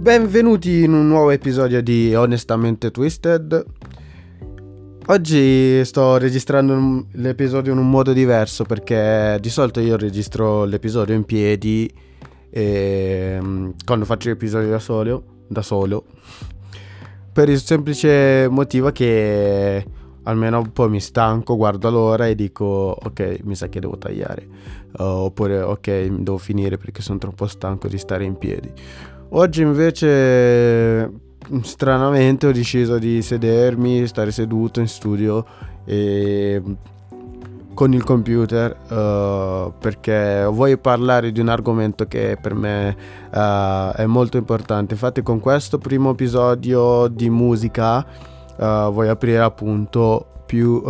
Benvenuti in un nuovo episodio di Onestamente Twisted. Oggi sto registrando l'episodio in un modo diverso perché di solito io registro l'episodio in piedi quando faccio l'episodio da solo per il semplice motivo che almeno un po' mi stanco, guardo l'ora e dico ok, mi sa che devo tagliare, oppure ok, devo finire perché sono troppo stanco di stare in piedi. Oggi invece stranamente ho deciso di stare seduto in studio e con il computer perché voglio parlare di un argomento che per me è molto importante. Infatti con questo primo episodio di musica voglio aprire appunto più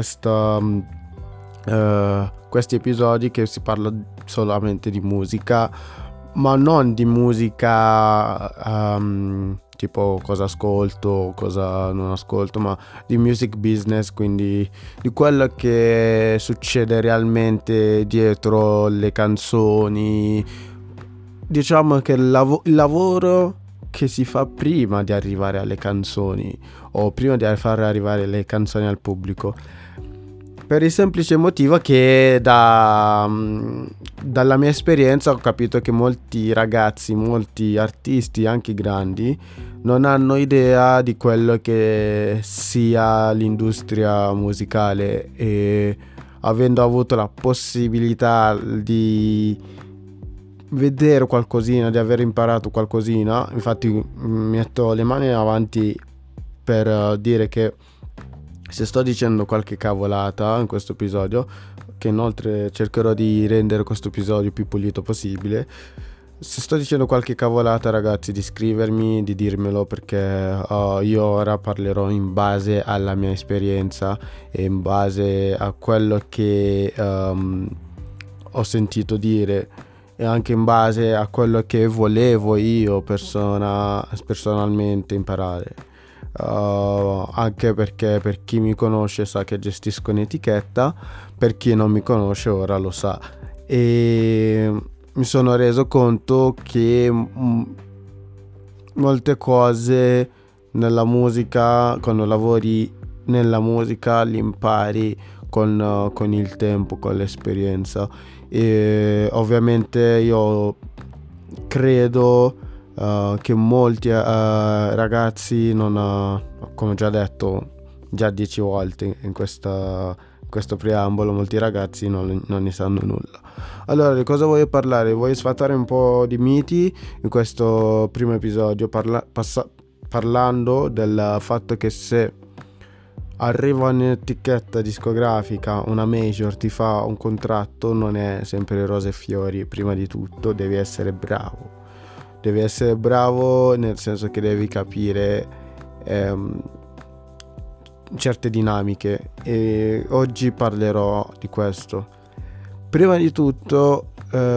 questi episodi che si parla solamente di musica, ma non di musica tipo cosa ascolto, cosa non ascolto, ma di music business, quindi di quello che succede realmente dietro le canzoni. Diciamo che il lavoro che si fa prima di arrivare alle canzoni o prima di far arrivare le canzoni al pubblico. Per il semplice motivo che dalla mia esperienza ho capito che molti ragazzi, molti artisti, anche grandi, non hanno idea di quello che sia l'industria musicale, e avendo avuto la possibilità di vedere qualcosina, di aver imparato qualcosina, infatti metto le mani avanti per dire che se sto dicendo qualche cavolata in questo episodio, che inoltre cercherò di rendere questo episodio più pulito possibile, se sto dicendo qualche cavolata, ragazzi, di scrivermi, di dirmelo, perché io ora parlerò in base alla mia esperienza e in base a quello che ho sentito dire, e anche in base a quello che volevo io personalmente imparare. Anche perché per chi mi conosce sa che gestisco un'etichetta, per chi non mi conosce ora lo sa, e mi sono reso conto che molte cose nella musica, quando lavori nella musica, li impari con il tempo, con l'esperienza. E ovviamente io credo che molti ragazzi come ho già detto già 10 volte in questo preambolo, molti ragazzi non ne sanno nulla. Allora, di cosa voglio parlare? Voglio sfatare un po' di miti in questo primo episodio, parlando del fatto che se arriva un'etichetta discografica, una major, ti fa un contratto, non è sempre rose e fiori. Prima di tutto devi essere bravo. Devi essere bravo nel senso che devi capire certe dinamiche, e oggi parlerò di questo. Prima di tutto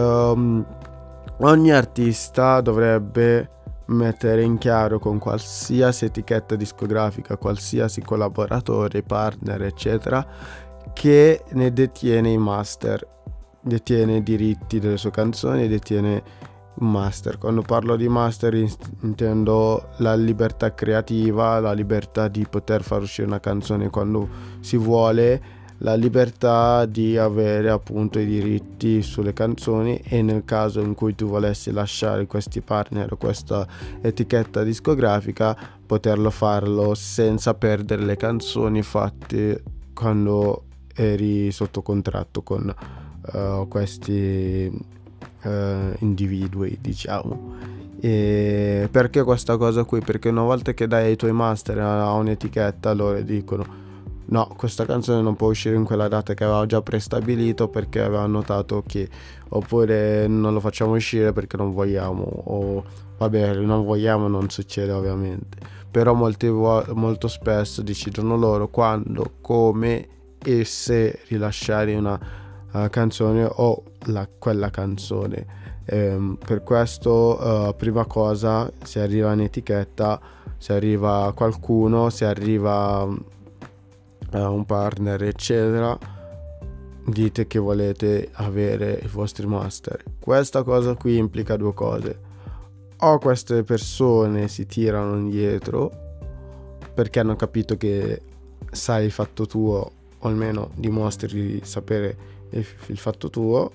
ogni artista dovrebbe mettere in chiaro con qualsiasi etichetta discografica, qualsiasi collaboratore, partner, eccetera, che ne detiene i master, detiene i diritti delle sue canzoni, detiene master. Quando parlo di master intendo la libertà creativa, la libertà di poter far uscire una canzone quando si vuole, la libertà di avere appunto i diritti sulle canzoni, e nel caso in cui tu volessi lasciare questi partner o questa etichetta discografica, poterlo farlo senza perdere le canzoni fatte quando eri sotto contratto con questi individui, diciamo. E perché questa cosa qui? Perché una volta che dai i tuoi master a un'etichetta, loro dicono no, questa canzone non può uscire in quella data che aveva già prestabilito perché aveva notato che, oppure non lo facciamo uscire perché non vogliamo, o vabbè, non vogliamo, non succede ovviamente, però molto spesso decidono loro quando, come e se rilasciare una canzone o quella canzone. Per questo prima cosa, se arriva un'etichetta, se arriva qualcuno, se arriva un partner eccetera, dite che volete avere i vostri master. Questa cosa qui implica due cose: o queste persone si tirano indietro perché hanno capito che sai il fatto tuo, o almeno dimostri di sapere il fatto tuo,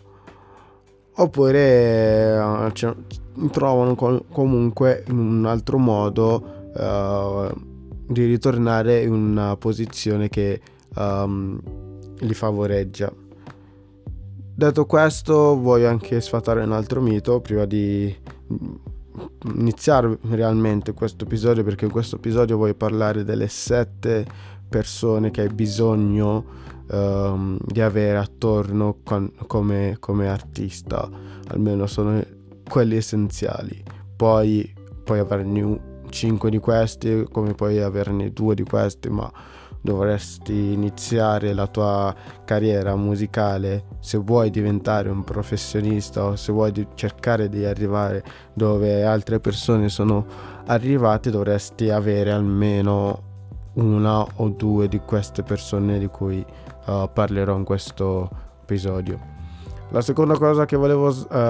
oppure trovano comunque in un altro modo di ritornare in una posizione che li favoreggia. Detto questo, voglio anche sfatare un altro mito prima di iniziare realmente questo episodio, perché in questo episodio voglio parlare delle 7 persone che hai bisogno di avere attorno come artista. Almeno sono quelli essenziali. Poi puoi averne 5 di questi, come puoi averne 2 di questi, ma dovresti iniziare la tua carriera musicale, se vuoi diventare un professionista o se vuoi cercare di arrivare dove altre persone sono arrivate, dovresti avere almeno una o due di queste persone di cui parlerò in questo episodio. La seconda cosa che volevo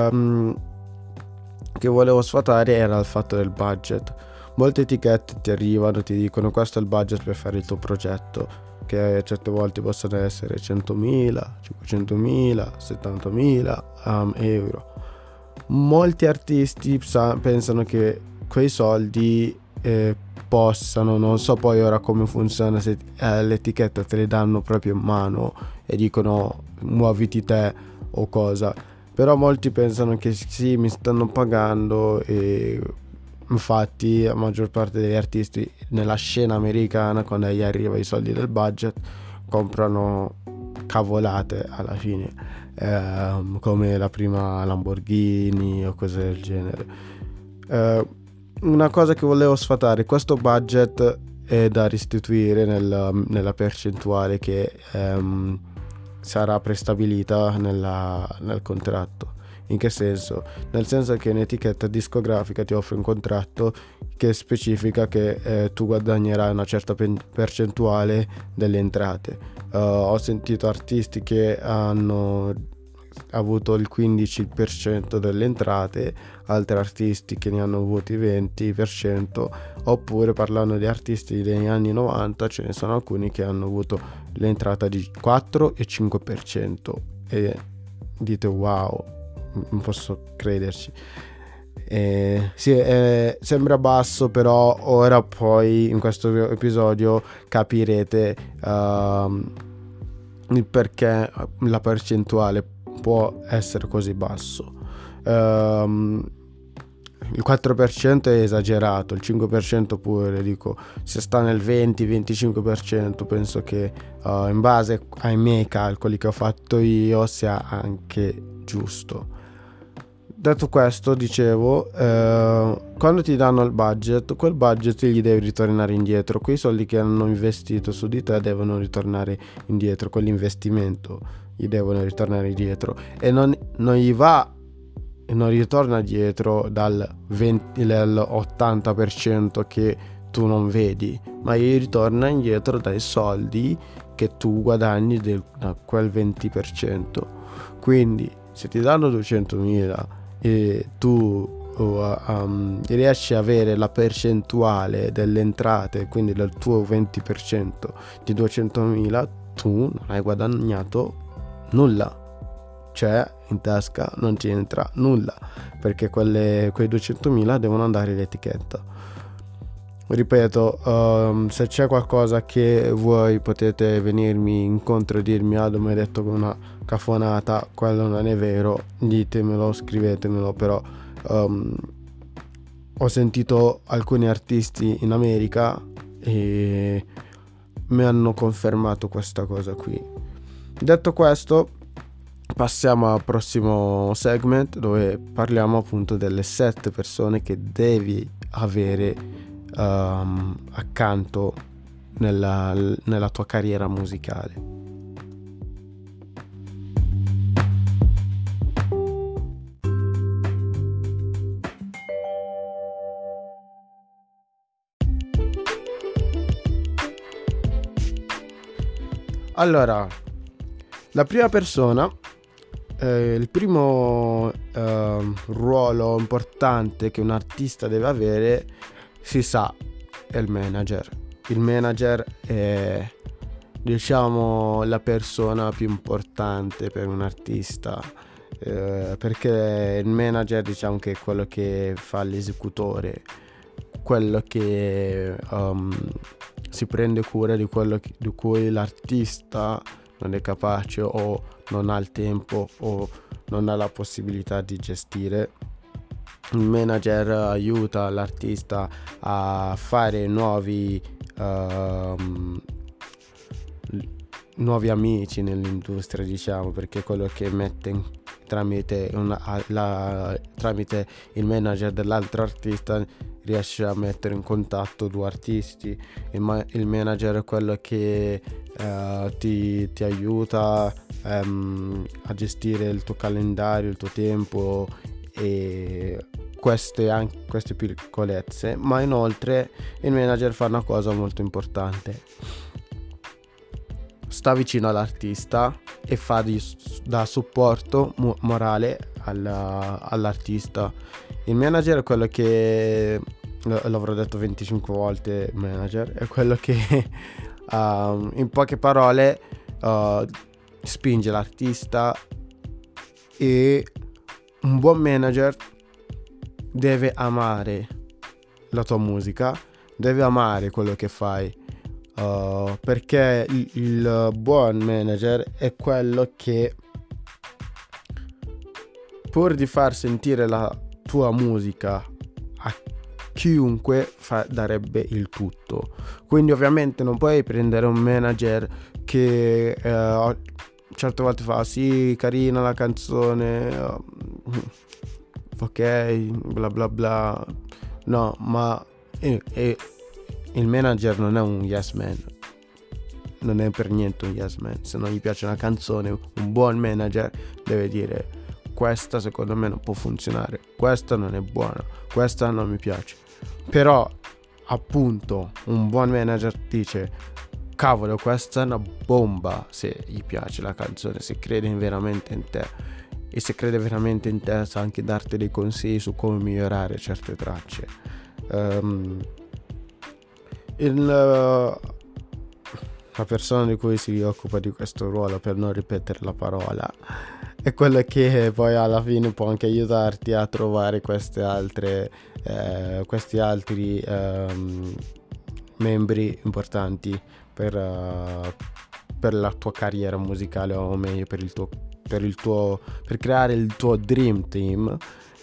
sfatare era il fatto del budget. Molte etichette ti arrivano, ti dicono questo è il budget per fare il tuo progetto, che certe volte possono essere 100.000, 500.000, 70.000 euro. Molti artisti pensano che quei soldi possano, non so poi ora come funziona, se l'etichetta te le danno proprio in mano e dicono muoviti te o cosa, però molti pensano che sì, mi stanno pagando, e infatti la maggior parte degli artisti nella scena americana, quando gli arriva i soldi del budget, comprano cavolate alla fine, come la prima Lamborghini o cose del genere. Una cosa che volevo sfatare: questo budget è da restituire nella percentuale che sarà prestabilita nel contratto. In che senso? Nel senso che un'etichetta discografica ti offre un contratto che specifica che tu guadagnerai una certa percentuale delle entrate. Ho sentito artisti che hanno avuto il 15% delle entrate, altri artisti che ne hanno avuti il 20%, oppure parlando di artisti degli anni 90 ce ne sono alcuni che hanno avuto l'entrata di 4 e 5%, e dite wow, non posso crederci. Sì, sembra basso, però ora poi in questo episodio capirete il perché la percentuale può essere così basso. Il 4% è esagerato, il 5% pure, dico, se sta nel 20-25% penso che in base ai miei calcoli che ho fatto io sia anche giusto. Detto questo, dicevo, quando ti danno il budget, quel budget gli devi ritornare indietro. Quei soldi che hanno investito su di te devono ritornare indietro, quell'investimento gli devono ritornare indietro, e non gli va, non ritorna dietro dal 80% che tu non vedi, ma gli ritorna indietro dai soldi che tu guadagni da quel 20%. Quindi se ti danno 200.000 e tu riesci a avere la percentuale delle entrate, quindi del tuo 20% di 200.000, tu non hai guadagnato nulla, cioè in tasca non ci entra nulla, perché quei 200.000 devono andare in etichetta. Ripeto, se c'è qualcosa che voi potete venirmi incontro e dirmi mi hai detto una cafonata, quello non è vero, ditemelo, scrivetemelo. Però ho sentito alcuni artisti in America e mi hanno confermato questa cosa qui. Detto questo, passiamo al prossimo segment, dove parliamo appunto delle 7 persone che devi avere accanto nella tua carriera musicale. Allora, la prima persona il primo ruolo importante che un artista deve avere, si sa, è il manager. Il manager è, diciamo, la persona più importante per un artista, perché il manager, diciamo, che è quello che fa l'esecutore, quello che si prende cura di quello di cui l'artista non è capace o non ha il tempo o non ha la possibilità di gestire. Il manager aiuta l'artista a fare nuovi amici nell'industria, diciamo, perché è quello che mette tramite il manager dell'altro artista riesce a mettere in contatto due artisti. Il manager è quello che ti aiuta a gestire il tuo calendario, il tuo tempo e queste piccolezze. Ma inoltre il manager fa una cosa molto importante: sta vicino all'artista e da supporto morale all'artista. Il manager è quello che, l'avrò detto 25 volte, il manager è quello che in poche parole spinge l'artista, e un buon manager deve amare la tua musica, deve amare quello che fai, perché il buon manager è quello che, pur di far sentire la tua musica a chiunque, darebbe il tutto. Quindi ovviamente non puoi prendere un manager che certe volte fa sì, carina la canzone, ok, bla bla bla. No, ma il manager non è un yes man, non è per niente un yes man. Se non gli piace una canzone, un buon manager deve dire: questa secondo me non può funzionare, questa non è buona, questa non mi piace. Però appunto un buon manager dice: cavolo, questa è una bomba, se gli piace la canzone, se crede veramente in te, e se crede veramente in te sa anche darti dei consigli su come migliorare certe tracce. La persona di cui si occupa di questo ruolo, per non ripetere la parola, è quella che poi alla fine può anche aiutarti a trovare questi altri membri importanti per la tua carriera musicale, o meglio per creare il tuo dream team.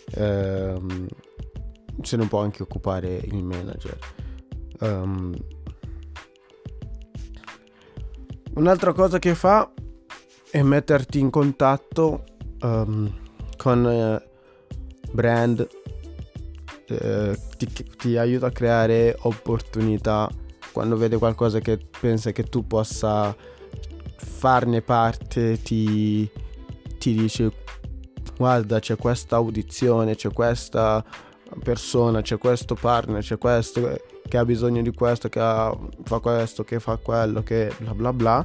Se ne può anche occupare il manager. Un'altra cosa che fa è metterti in contatto con brand, ti aiuta a creare opportunità. Quando vede qualcosa che pensa che tu possa farne parte, ti dice: guarda, c'è questa audizione, c'è questa persona, c'è questo partner, c'è questo che ha bisogno di questo, che fa questo, che fa quello, che bla bla bla,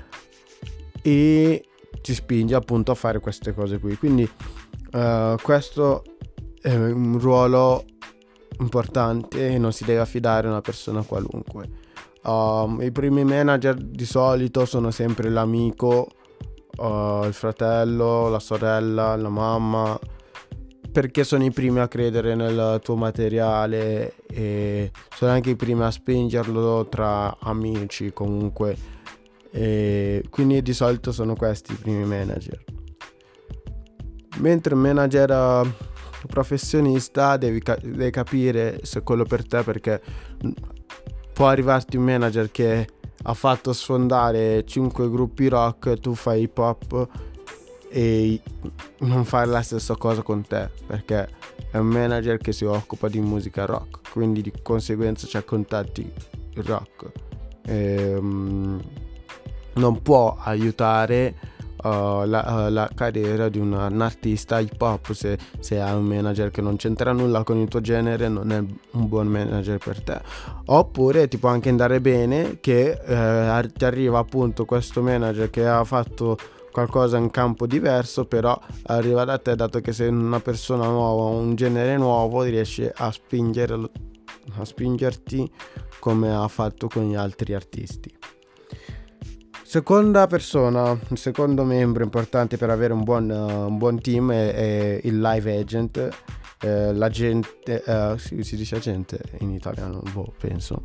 e ti spinge appunto a fare queste cose qui. Quindi questo è un ruolo importante e non si deve affidare a una persona qualunque. I primi manager di solito sono sempre l'amico, il fratello, la sorella, la mamma, perché sono i primi a credere nel tuo materiale e sono anche i primi a spingerlo tra amici comunque, e quindi di solito sono questi i primi manager. Mentre un manager professionista devi capire se è quello per te, perché può arrivarti un manager che ha fatto sfondare 5 gruppi rock, tu fai hip hop e non fare la stessa cosa con te, perché è un manager che si occupa di musica rock, quindi di conseguenza c'ha contatti il rock, non può aiutare la carriera di un artista hip hop. Se hai un manager che non c'entra nulla con il tuo genere, non è un buon manager per te. Oppure ti può anche andare bene che ti arriva appunto questo manager che ha fatto qualcosa in campo diverso, però arriva da te, dato che sei una persona nuova, un genere nuovo, riesce a spingerti come ha fatto con gli altri artisti. Seconda persona, il secondo membro importante per avere un buon team è il live agent. L'agente, si dice agente in italiano, penso.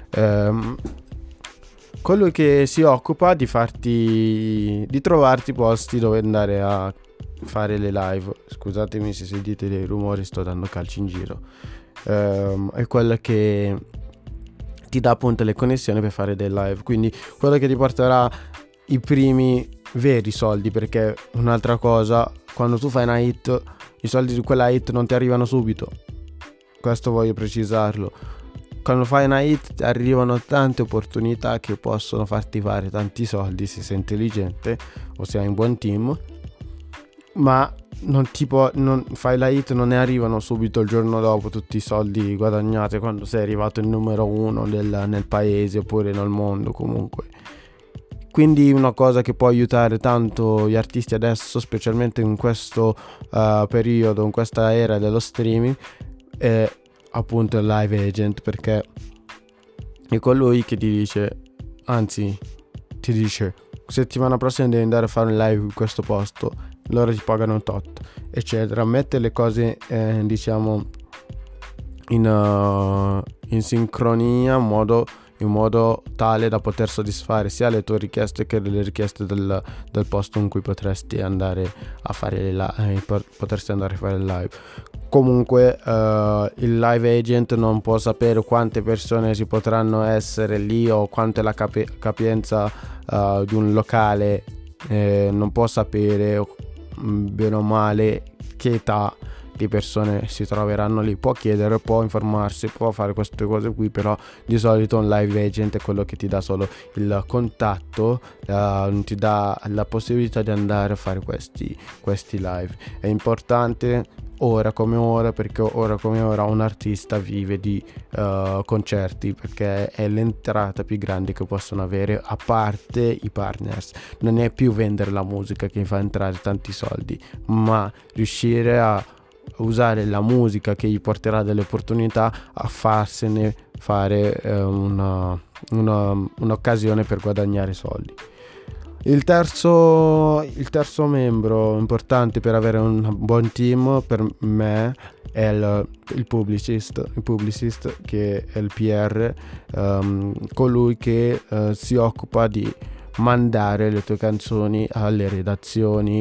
Colui che si occupa di trovarti posti dove andare a fare le live. Scusatemi se sentite dei rumori, sto dando calci in giro. È quello che ti dà appunto le connessioni per fare dei live, quindi quello che ti porterà i primi veri soldi, perché un'altra cosa, quando tu fai una hit, i soldi di quella hit non ti arrivano subito, questo voglio precisarlo. Quando fai una hit arrivano tante opportunità che possono farti fare tanti soldi se sei intelligente o se hai un buon team, ma non fai la hit, non ne arrivano subito il giorno dopo tutti i soldi guadagnati quando sei arrivato il numero uno nel paese oppure nel mondo comunque. Quindi una cosa che può aiutare tanto gli artisti adesso, specialmente in questo periodo, in questa era dello streaming, è appunto il live agent, perché è colui che ti dice, anzi ti dice, settimana prossima devi andare a fare un live in questo posto, loro ti pagano un tot, eccetera. Mette le cose diciamo in sincronia, in modo tale da poter soddisfare sia le tue richieste che le richieste del posto in cui potresti andare a fare potresti andare a fare il live. Comunque il live agent non può sapere quante persone ci potranno essere lì o quanto è la capienza di un locale, non può sapere bene o male che età di persone si troveranno lì. Può chiedere, può informarsi, può fare queste cose qui, però di solito un live agent è quello che ti dà solo il contatto, non ti dà la possibilità di andare a fare questi live. È importante ora come ora, perché ora come ora un artista vive di concerti, perché è l'entrata più grande che possono avere, a parte i partners. Non è più vendere la musica che fa entrare tanti soldi, ma riuscire a usare la musica che gli porterà delle opportunità a farsene fare un'occasione per guadagnare soldi. Il terzo membro importante per avere un buon team per me è il publicist, che è il PR, colui che si occupa di mandare le tue canzoni alle redazioni,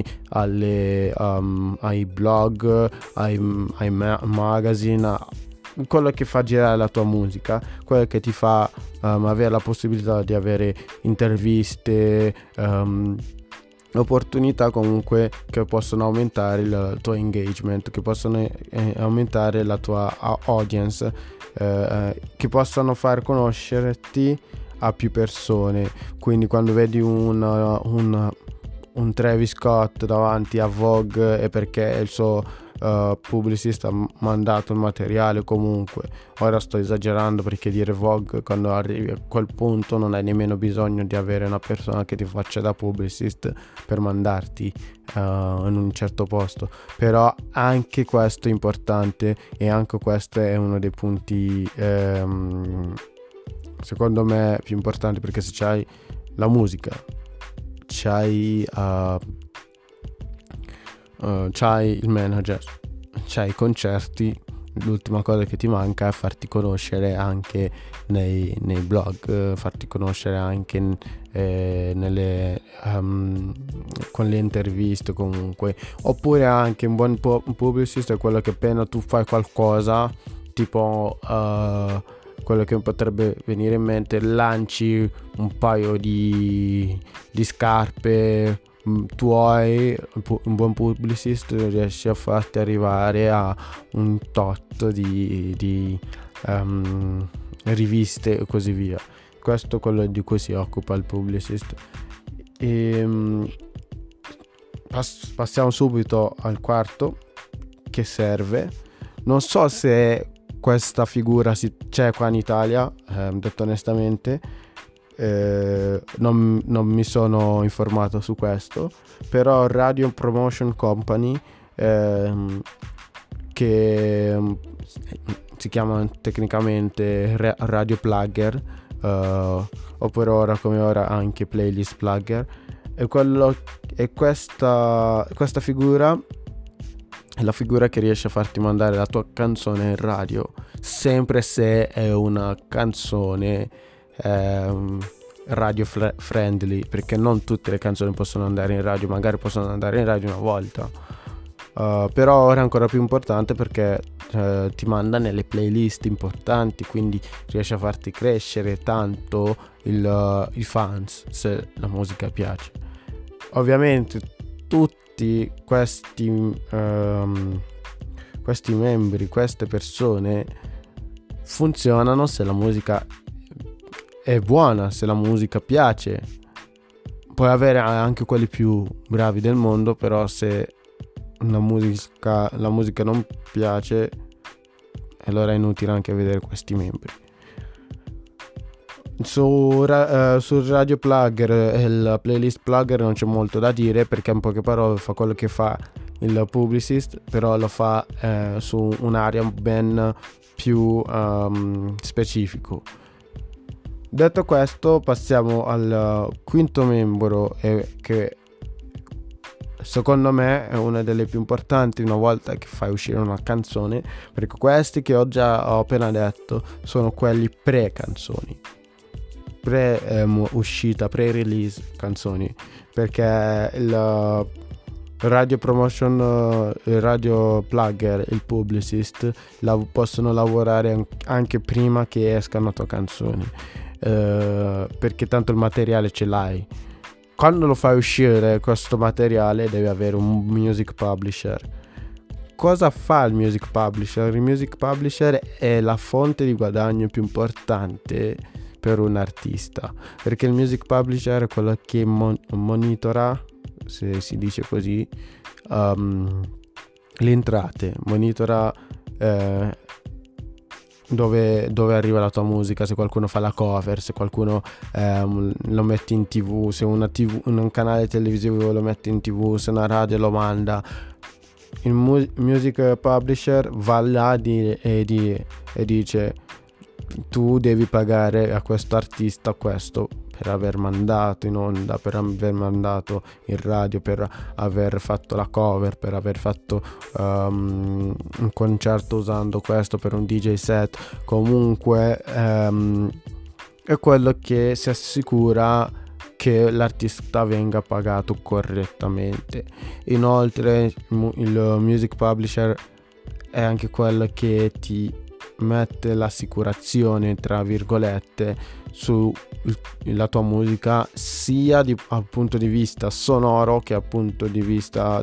ai blog, ai magazine, quello che fa girare la tua musica, quello che ti fa avere la possibilità di avere interviste, opportunità comunque che possono aumentare il tuo engagement, che possono aumentare la tua audience, che possono far conoscerti a più persone. Quindi quando vedi un Travis Scott davanti a Vogue è perché il suo pubblicista ha mandato il materiale. Comunque ora sto esagerando, perché dire Vogue, quando arrivi a quel punto non hai nemmeno bisogno di avere una persona che ti faccia da publicist per mandarti in un certo posto. Però anche questo è importante, e anche questo è uno dei punti secondo me più importanti, perché se c'hai la musica, c'hai il manager, c'hai i concerti, l'ultima cosa che ti manca è farti conoscere anche nei blog, farti conoscere anche con le interviste comunque. Oppure anche un buon publicist è quello che appena tu fai qualcosa, tipo quello che potrebbe venire in mente, lanci un paio di scarpe, tu hai un buon publicist, riesci a farti arrivare a un tot di riviste e così via. Questo è quello di cui si occupa il publicist. Passiamo subito al quarto che serve. Non so se questa figura c'è qua in Italia, detto onestamente, non mi sono informato su questo, però Radio Promotion Company, che si chiama tecnicamente Radio Plugger, oppure ora come ora anche Playlist Plugger, e questa figura è la figura che riesce a farti mandare la tua canzone in radio, sempre se è una canzone radio friendly, perché non tutte le canzoni possono andare in radio, magari possono andare in radio una volta, però ora è ancora più importante perché ti manda nelle playlist importanti, quindi riesce a farti crescere tanto i fans, se la musica piace. Ovviamente tutti questi membri, queste persone funzionano se la musica è buona, se la musica piace. Puoi avere anche quelli più bravi del mondo, però se la musica non piace, allora è inutile anche vedere questi membri. Su Radio Plugger e il Playlist Plugger non c'è molto da dire, perché in poche parole fa quello che fa il Publicist, però lo fa su un'area ben più specifico. Detto questo, passiamo al quinto membro, che secondo me è una delle più importanti una volta che fai uscire una canzone, perché questi che ho appena detto sono quelli pre-canzoni, uscita, pre-release canzoni, perché il Radio Promotion, il Radio Plugger, il Publicist possono lavorare anche prima che escano tue canzoni, perché tanto il materiale ce l'hai. Quando lo fai uscire questo materiale devi avere un music publisher. Cosa fa il music publisher? Il music publisher è la fonte di guadagno più importante per un artista, perché il music publisher è quello che monitora, se si dice così, le entrate, monitora dove arriva la tua musica, se qualcuno fa la cover, se qualcuno lo mette in TV, se un canale televisivo lo mette in TV, se una radio lo manda. Il music publisher va là e dice: tu devi pagare a questo artista questo per aver mandato in onda, per aver mandato in radio, per aver fatto la cover, per aver fatto un concerto usando questo, per un DJ set. Comunque è quello che si assicura che l'artista venga pagato correttamente. Inoltre il music publisher è anche quello che ti mette l'assicurazione, tra virgolette, sulla tua musica, sia dal punto di vista sonoro che dal punto di vista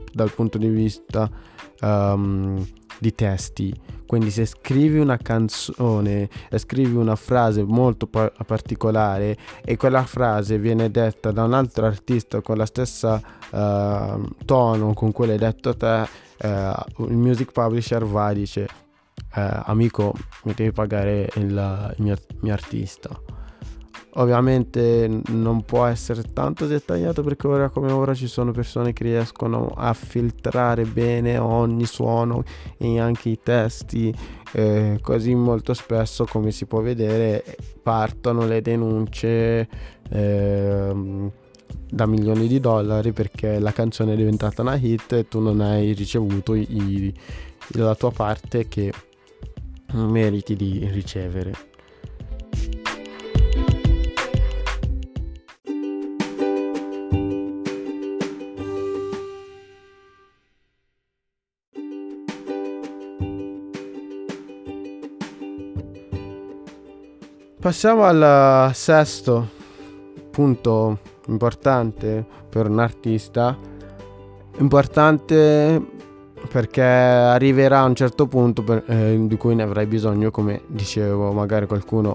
di testi. Quindi se scrivi una canzone e scrivi una frase molto particolare e quella frase viene detta da un altro artista con la stessa tono con cui l'hai detto te, il music publisher va e dice: amico, mi devi pagare il mio artista. Ovviamente non può essere tanto dettagliato, perché ora come ora ci sono persone che riescono a filtrare bene ogni suono e anche i testi, così molto spesso, come si può vedere, partono le denunce da milioni di dollari, perché la canzone è diventata una hit e tu non hai ricevuto la tua parte che meriti di ricevere. Passiamo al sesto punto importante per un artista, importante perché arriverà a un certo punto di cui ne avrai bisogno. Come dicevo, magari qualcuno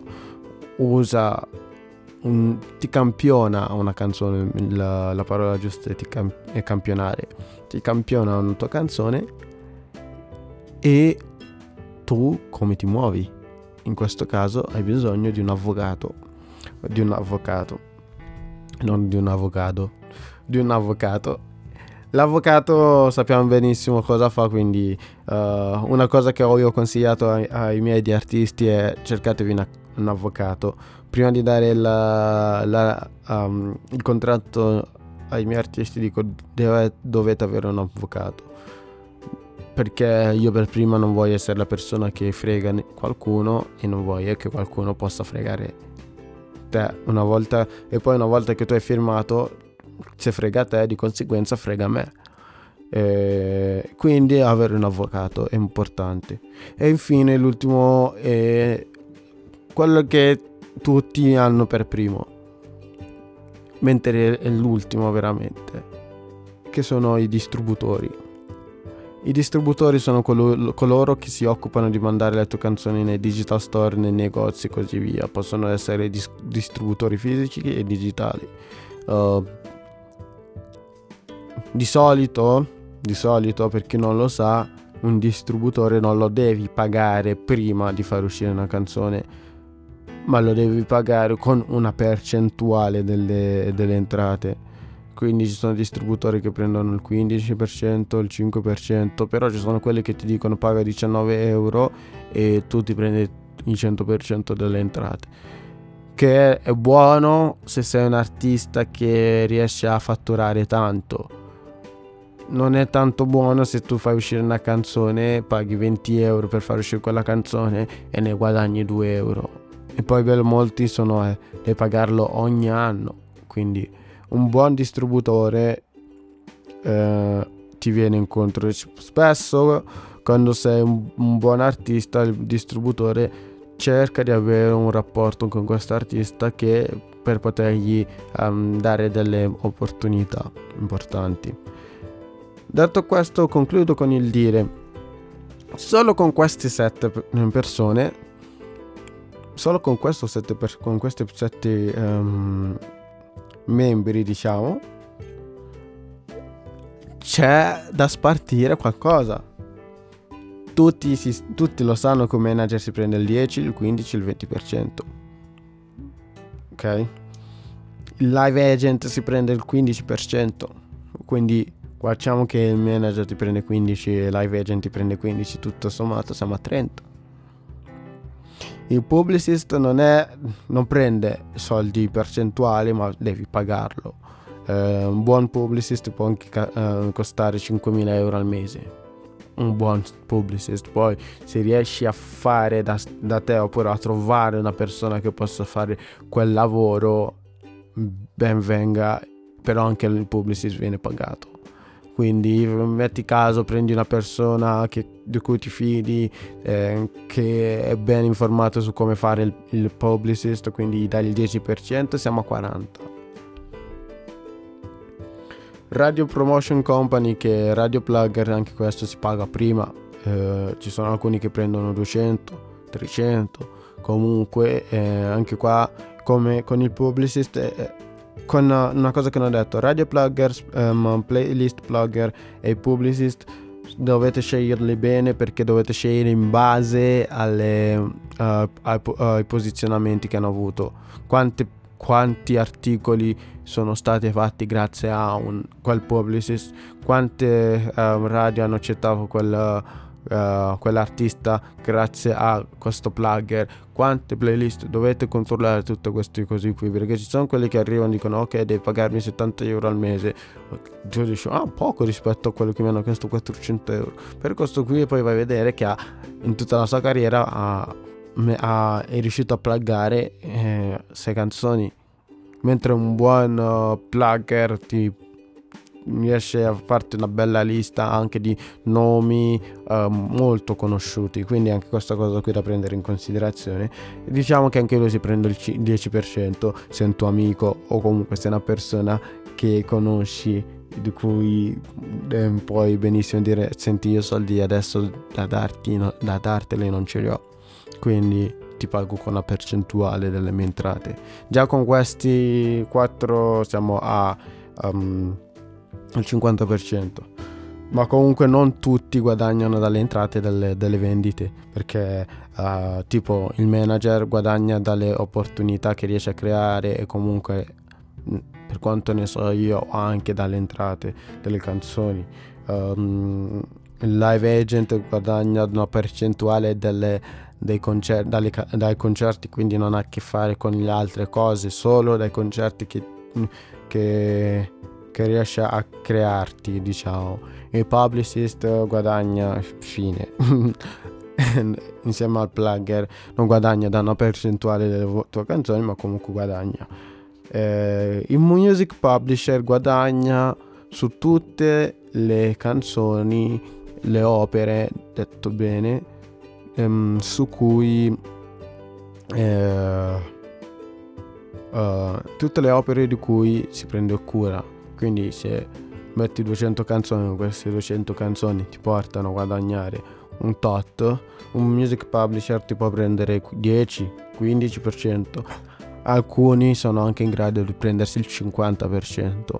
ti campiona una canzone, la parola giusta è campionare, ti campiona una tua canzone, e tu come ti muovi? In questo caso hai bisogno di un avvocato di un avvocato, non di un avvocato, di un avvocato. L'avvocato sappiamo benissimo cosa fa, quindi una cosa che ho io consigliato ai miei di artisti è: cercatevi un avvocato. Prima di dare il contratto ai miei artisti dico dovete avere un avvocato, perché io per prima non voglio essere la persona che frega qualcuno, e non voglio che qualcuno possa fregare te una volta, e poi una volta che tu hai firmato, se frega te, di conseguenza frega me. Quindi avere un avvocato è importante. E infine l'ultimo è quello che tutti hanno per primo, mentre è l'ultimo veramente, che sono i distributori. I distributori sono coloro che si occupano di mandare le tue canzoni nei digital store, nei negozi e così via. Possono essere distributori fisici e digitali. Di solito, per chi non lo sa, un distributore non lo devi pagare prima di far uscire una canzone, ma lo devi pagare con una percentuale delle entrate. Quindi ci sono distributori che prendono il 15%, il 5%, però ci sono quelli che ti dicono paga 19 euro e tu ti prendi il 100% delle entrate, che è buono se sei un artista che riesce a fatturare tanto. Non è tanto buono se tu fai uscire una canzone, paghi 20 euro per far uscire quella canzone e ne guadagni 2 euro. E poi molti sono devi pagarlo ogni anno. Quindi un buon distributore ti viene incontro. Spesso quando sei un buon artista, il distributore cerca di avere un rapporto con questo artista per potergli dare delle opportunità importanti. Detto questo, concludo con il dire: solo con queste 7 persone, solo con questi 7 membri, diciamo, c'è da spartire qualcosa. Tutti lo sanno che un manager si prende il 10, il 15, il 20%. Ok? Il live agent si prende il 15%. Quindi facciamo che il manager ti prende 15 e il live agent ti prende 15, tutto sommato siamo a 30. Il publicist non prende soldi percentuali, ma devi pagarlo. Un buon publicist può anche costare 5.000 euro al mese. Un buon publicist. Poi se riesci a fare da te, oppure a trovare una persona che possa fare quel lavoro, ben venga, però anche il publicist viene pagato. Quindi metti caso, prendi una persona di cui ti fidi, che è ben informato su come fare il publicist, quindi dai il 10%, siamo a 40. Radio Promotion Company, che è Radio Plugger, anche questo si paga prima. Ci sono alcuni che prendono 200, 300. Comunque anche qua, come con il publicist, con una cosa che non ho detto: radio pluggers, playlist plugger e publicist dovete sceglierli bene, perché dovete scegliere in base ai posizionamenti che hanno avuto. Quanti articoli sono stati fatti grazie a quel publicist, quante radio hanno accettato quell'artista grazie a questo plugger, quante playlist. Dovete controllare tutte queste cose qui, perché ci sono quelli che arrivano e dicono: ok, devi pagarmi 70 euro al mese. Tu dici: poco rispetto a quello che mi hanno chiesto 400 euro per questo qui. E poi vai a vedere che in tutta la sua carriera è riuscito a pluggare 6 canzoni, mentre un buon plugger ti riesce a farti una bella lista anche di nomi molto conosciuti. Quindi anche questa cosa qui da prendere in considerazione. Diciamo che anche lui si prende il 10% se è un tuo amico, o comunque se è una persona che conosci, di cui puoi benissimo dire: senti, io soldi adesso da darteli non ce li ho, quindi ti pago con una percentuale delle mie entrate. Già con questi 4 siamo al 50%. Ma comunque non tutti guadagnano dalle entrate delle vendite, perché tipo il manager guadagna dalle opportunità che riesce a creare e comunque per quanto ne so io anche dalle entrate delle canzoni. Il live agent guadagna una percentuale dai concerti, quindi non ha a che fare con le altre cose, solo dai concerti che riesce a crearti, diciamo. Il publicist guadagna fine insieme al plugger non guadagna da una percentuale delle tue canzoni, ma comunque guadagna. Il music publisher guadagna su tutte le canzoni, le opere, detto bene, su cui tutte le opere di cui si prende cura. Quindi se metti 200 canzoni, queste 200 canzoni ti portano a guadagnare un tot, un music publisher ti può prendere 10-15%, alcuni sono anche in grado di prendersi il 50%,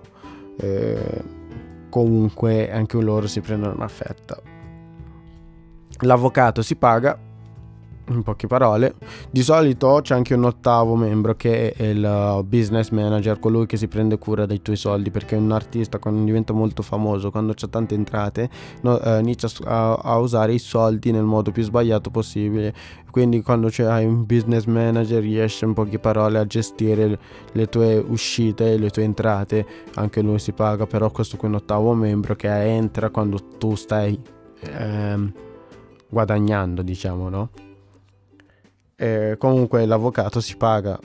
comunque anche loro si prendono una fetta. L'avvocato si paga, in poche parole. Di solito c'è anche un ottavo membro che è il business manager, colui che si prende cura dei tuoi soldi, perché un artista quando diventa molto famoso, quando c'ha tante entrate, inizia a usare i soldi nel modo più sbagliato possibile. Quindi quando c'hai un business manager riesce in poche parole a gestire le tue uscite e le tue entrate, anche lui si paga. Però questo qui è un ottavo membro che entra quando tu stai guadagnando, diciamo, no? Comunque l'avvocato si paga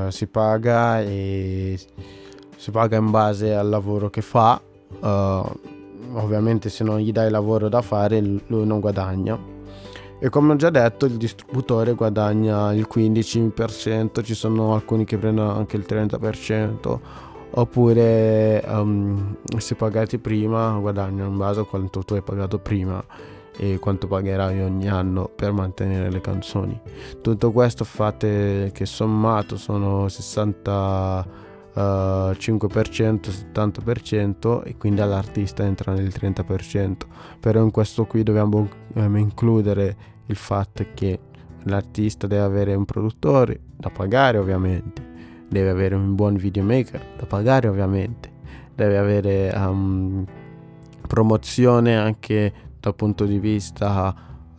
e si paga in base al lavoro che fa. Ovviamente se non gli dai lavoro da fare lui non guadagna, e come ho già detto il distributore guadagna il 15%, ci sono alcuni che prendono anche il 30%, oppure se pagati prima guadagnano in base a quanto tu hai pagato prima e quanto pagherai ogni anno per mantenere le canzoni. Tutto questo fate che sommato sono 65%, 70%, e quindi all'artista entra nel 30%. Però in questo qui dobbiamo includere il fatto che l'artista deve avere un produttore da pagare, ovviamente, deve avere un buon videomaker da pagare, ovviamente, deve avere promozione anche dal punto di vista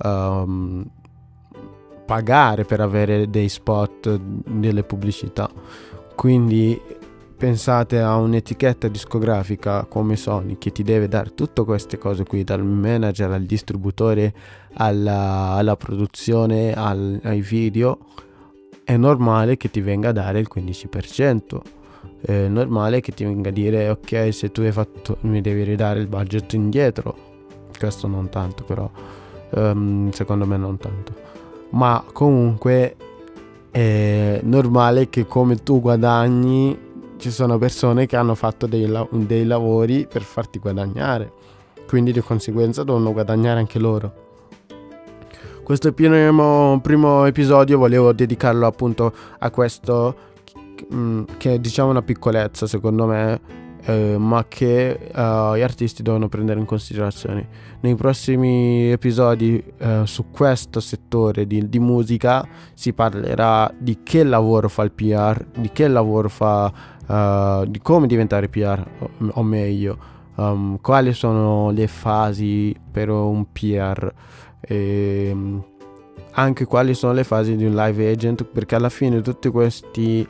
pagare per avere dei spot, delle pubblicità. Quindi pensate a un'etichetta discografica come Sony che ti deve dare tutte queste cose qui, dal manager al distributore alla produzione ai video. È normale che ti venga a dare il 15%, è normale che ti venga a dire ok, se tu hai fatto mi devi ridare il budget indietro. Questo non tanto, però secondo me non tanto, ma comunque è normale che come tu guadagni ci sono persone che hanno fatto dei lavori per farti guadagnare, quindi di conseguenza devono guadagnare anche loro. Questo primo episodio volevo dedicarlo appunto a questo, che è diciamo una piccolezza secondo me, ma che gli artisti devono prendere in considerazione. Nei prossimi episodi su questo settore di musica si parlerà di che lavoro fa il PR, di che lavoro fa, di come diventare PR, o meglio, quali sono le fasi per un PR, e anche quali sono le fasi di un live agent, perché alla fine tutte queste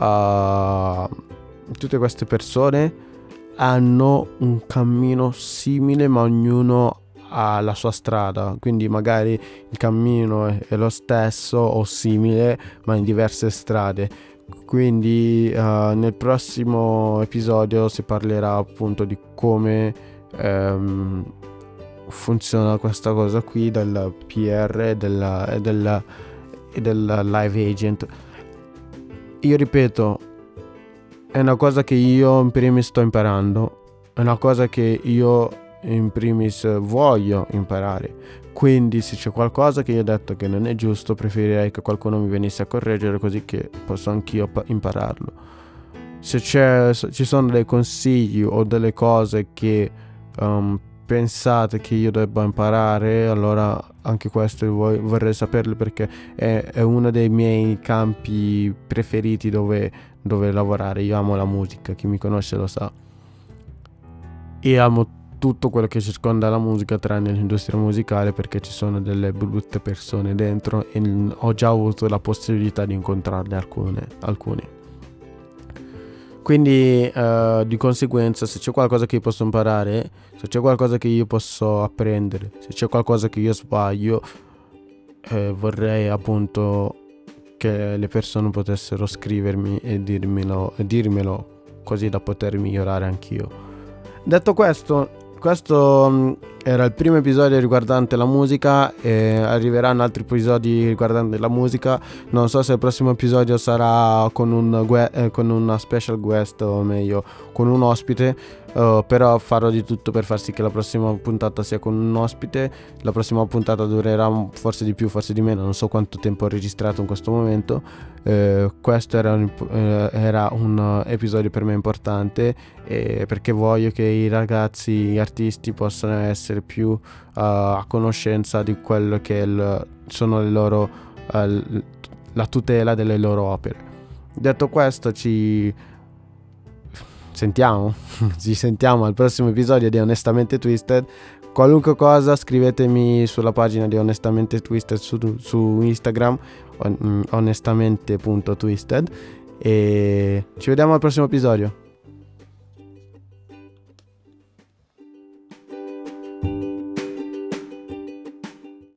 persone hanno un cammino simile, ma ognuno ha la sua strada, quindi magari il cammino è lo stesso o simile ma in diverse strade. Quindi nel prossimo episodio si parlerà appunto di come funziona questa cosa qui del PR e del live agent. Io ripeto, è una cosa che io in primis sto imparando, è una cosa che io in primis voglio imparare, quindi se c'è qualcosa che io ho detto che non è giusto, preferirei che qualcuno mi venisse a correggere, così che posso anch'io impararlo. Se ci sono dei consigli o delle cose che pensate che io debba imparare, allora anche questo vorrei saperlo, perché è uno dei miei campi preferiti dove lavorare. Io amo la musica, chi mi conosce lo sa, e amo tutto quello che circonda la musica tranne l'industria musicale, perché ci sono delle brutte persone dentro e ho già avuto la possibilità di incontrarne alcuni. Quindi di conseguenza, se c'è qualcosa che io posso imparare, se c'è qualcosa che io posso apprendere, se c'è qualcosa che io sbaglio, vorrei appunto che le persone potessero scrivermi e dirmelo, così da poter migliorare anch'io. Detto questo era il primo episodio riguardante la musica, e arriveranno altri episodi riguardanti la musica. Non so se il prossimo episodio sarà con una special guest, o meglio con un ospite, però farò di tutto per far sì che la prossima puntata sia con un ospite. La prossima puntata durerà forse di più, forse di meno, non so quanto tempo ho registrato in questo momento. Questo era un episodio per me importante, perché voglio che i ragazzi, gli artisti possano essere più a conoscenza di quello che sono le loro la tutela delle loro opere. Detto questo, ci sentiamo al prossimo episodio di Onestamente Twisted. Qualunque cosa scrivetemi sulla pagina di Onestamente Twisted su Instagram, onestamente.twisted, e ci vediamo al prossimo episodio.